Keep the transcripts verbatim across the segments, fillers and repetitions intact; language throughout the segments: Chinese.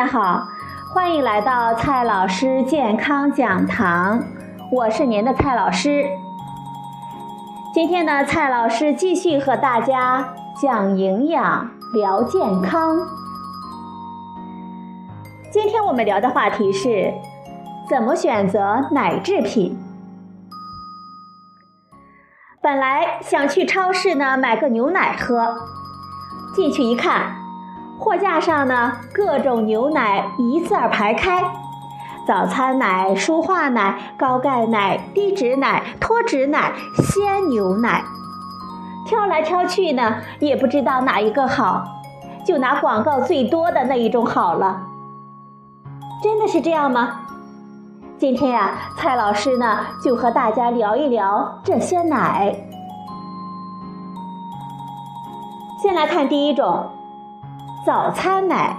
家好，欢迎来到蔡老师健康讲堂，我是您的蔡老师。今天呢，蔡老师继续和大家讲营养聊健康。今天我们聊的话题是怎么选择奶制品。本来想去超市呢买个牛奶喝，进去一看，货架上呢各种牛奶一字儿排开，早餐奶、舒化奶、高钙奶、低脂奶、脱脂奶、鲜牛奶，挑来挑去呢也不知道哪一个好，就拿广告最多的那一种好了。真的是这样吗？今天呀、啊，蔡老师呢就和大家聊一聊这些奶。先来看第一种，早餐奶。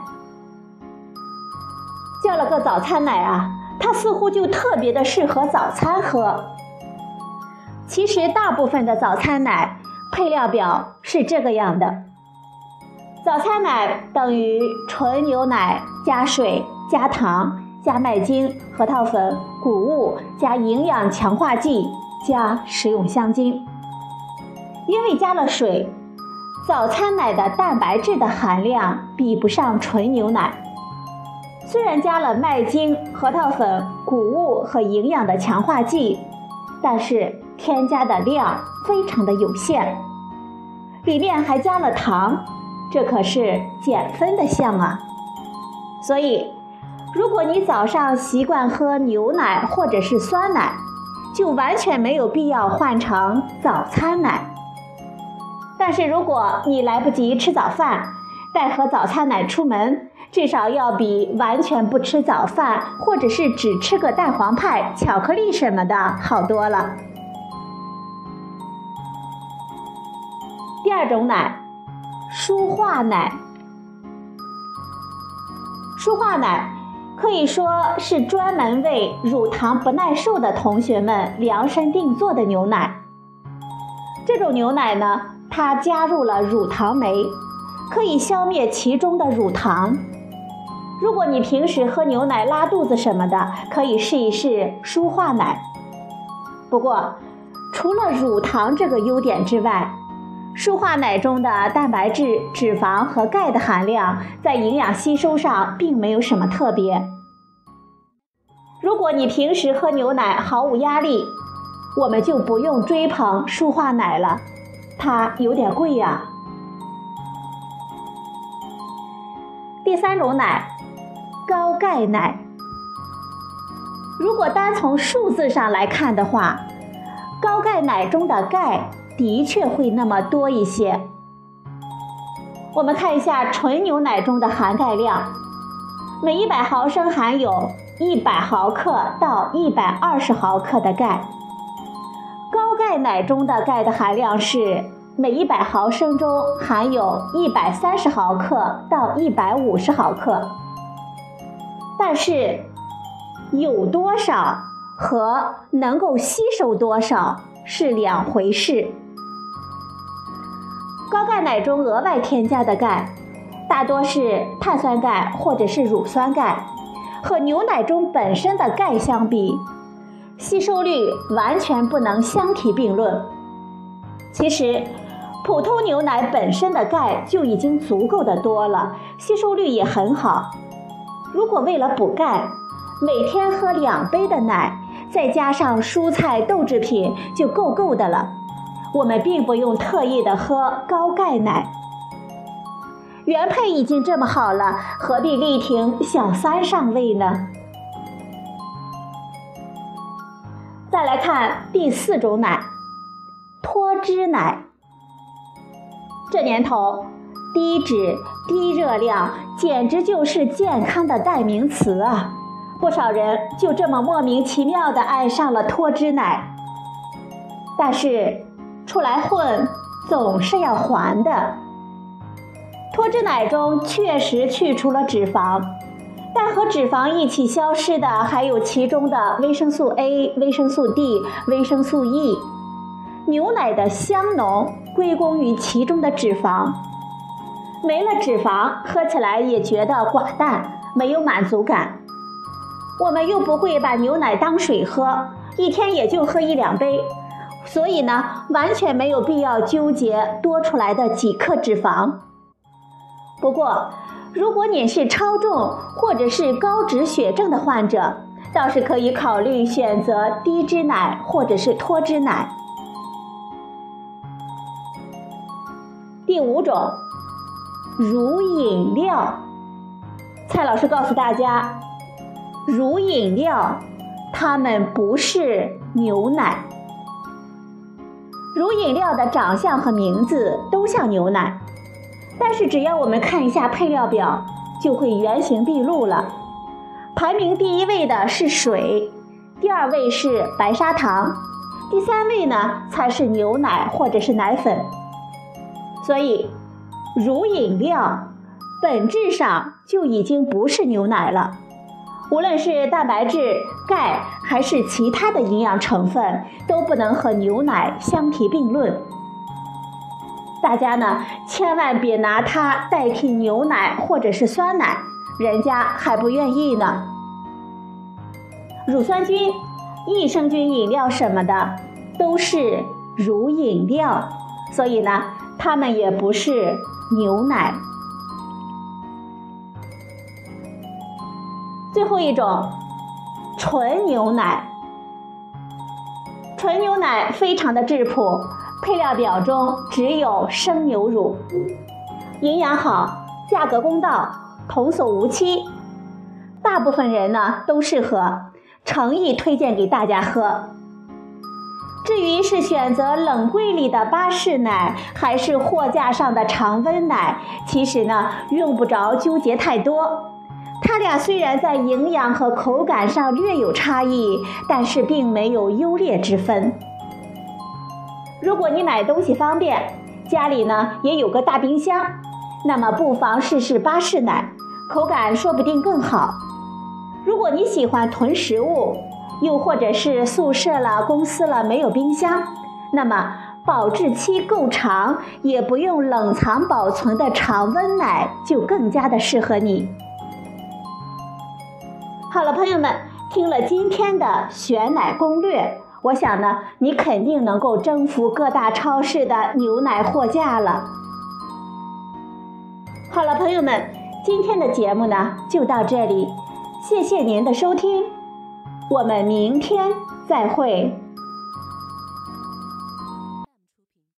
叫了个早餐奶啊，它似乎就特别的适合早餐喝。其实大部分的早餐奶配料表是这个样的：早餐奶等于纯牛奶加水加糖加麦精、核桃粉、谷物加营养强化剂加食用香精。因为加了水，早餐奶的蛋白质的含量比不上纯牛奶。虽然加了麦精、核桃粉、谷物和营养的强化剂，但是添加的量非常的有限，里面还加了糖，这可是减分的项啊。所以如果你早上习惯喝牛奶或者是酸奶，就完全没有必要换成早餐奶。但是如果你来不及吃早饭，带盒早餐奶出门，至少要比完全不吃早饭或者是只吃个蛋黄派、巧克力什么的好多了。第二种奶，舒化奶。舒化奶可以说是专门为乳糖不耐受的同学们量身定做的牛奶。这种牛奶呢，它加入了乳糖酶，可以消灭其中的乳糖。如果你平时喝牛奶拉肚子什么的，可以试一试舒化奶。不过除了乳糖这个优点之外，舒化奶中的蛋白质、脂肪和钙的含量在营养吸收上并没有什么特别。如果你平时喝牛奶毫无压力，我们就不用追捧舒化奶了，它有点贵呀。第三种奶，高钙奶。如果单从数字上来看的话，高钙奶中的钙的确会那么多一些。我们看一下纯牛奶中的含钙量，每一百毫升含有一百毫克到一百二十毫克的钙。高钙奶中的钙的含量是每一百毫升中含有一百三十毫克到一百五十毫克。但是有多少和能够吸收多少是两回事。高钙奶中额外添加的钙大多是碳酸钙或者是乳酸钙，和牛奶中本身的钙相比，吸收率完全不能相提并论。其实普通牛奶本身的钙就已经足够的多了，吸收率也很好。如果为了补钙，每天喝两杯的奶，再加上蔬菜豆制品就够够的了。我们并不用特意的喝高钙奶，原配已经这么好了，何必力挺小三上位呢？再来看第四种奶，脱脂奶。这年头，低脂、低热量简直就是健康的代名词啊！不少人就这么莫名其妙地爱上了脱脂奶。但是出来混总是要还的。脱脂奶中确实去除了脂肪，但和脂肪一起消失的还有其中的维生素 A、维生素 D、维生素 E。牛奶的香浓归功于其中的脂肪，没了脂肪，喝起来也觉得寡淡， 没有满足感。我们又不会把牛奶当水喝，一天也就喝一两杯，所以呢，完全没有必要纠结多出来的几克脂肪。不过，如果你是超重或者是高脂血症的患者，倒是可以考虑选择低脂奶或者是脱脂奶。第五种，乳饮料。蔡老师告诉大家，乳饮料它们不是牛奶。乳饮料的长相和名字都像牛奶，但是只要我们看一下配料表，就会原形毕露了。排名第一位的是水，第二位是白砂糖，第三位呢才是牛奶或者是奶粉。所以乳饮料本质上就已经不是牛奶了，无论是蛋白质、钙还是其他的营养成分，都不能和牛奶相提并论。大家呢千万别拿它代替牛奶或者是酸奶，人家还不愿意呢。乳酸菌、益生菌饮料什么的都是乳饮料，所以呢它们也不是牛奶。最后一种，纯牛奶。纯牛奶非常的质朴，配料表中只有生牛乳，营养好，价格公道，童叟无欺，大部分人呢都适合，诚意推荐给大家喝。至于是选择冷柜里的巴氏奶，还是货架上的常温奶，其实呢用不着纠结太多。它俩虽然在营养和口感上略有差异，但是并没有优劣之分。如果你买东西方便，家里呢也有个大冰箱，那么不妨试试巴氏奶，口感说不定更好。如果你喜欢囤食物，又或者是宿舍了、公司了没有冰箱，那么保质期够长，也不用冷藏保存的常温奶就更加的适合你。好了，朋友们，听了今天的选奶攻略，我想呢，你肯定能够征服各大超市的牛奶货架了。好了，朋友们，今天的节目呢就到这里，谢谢您的收听，我们明天再会。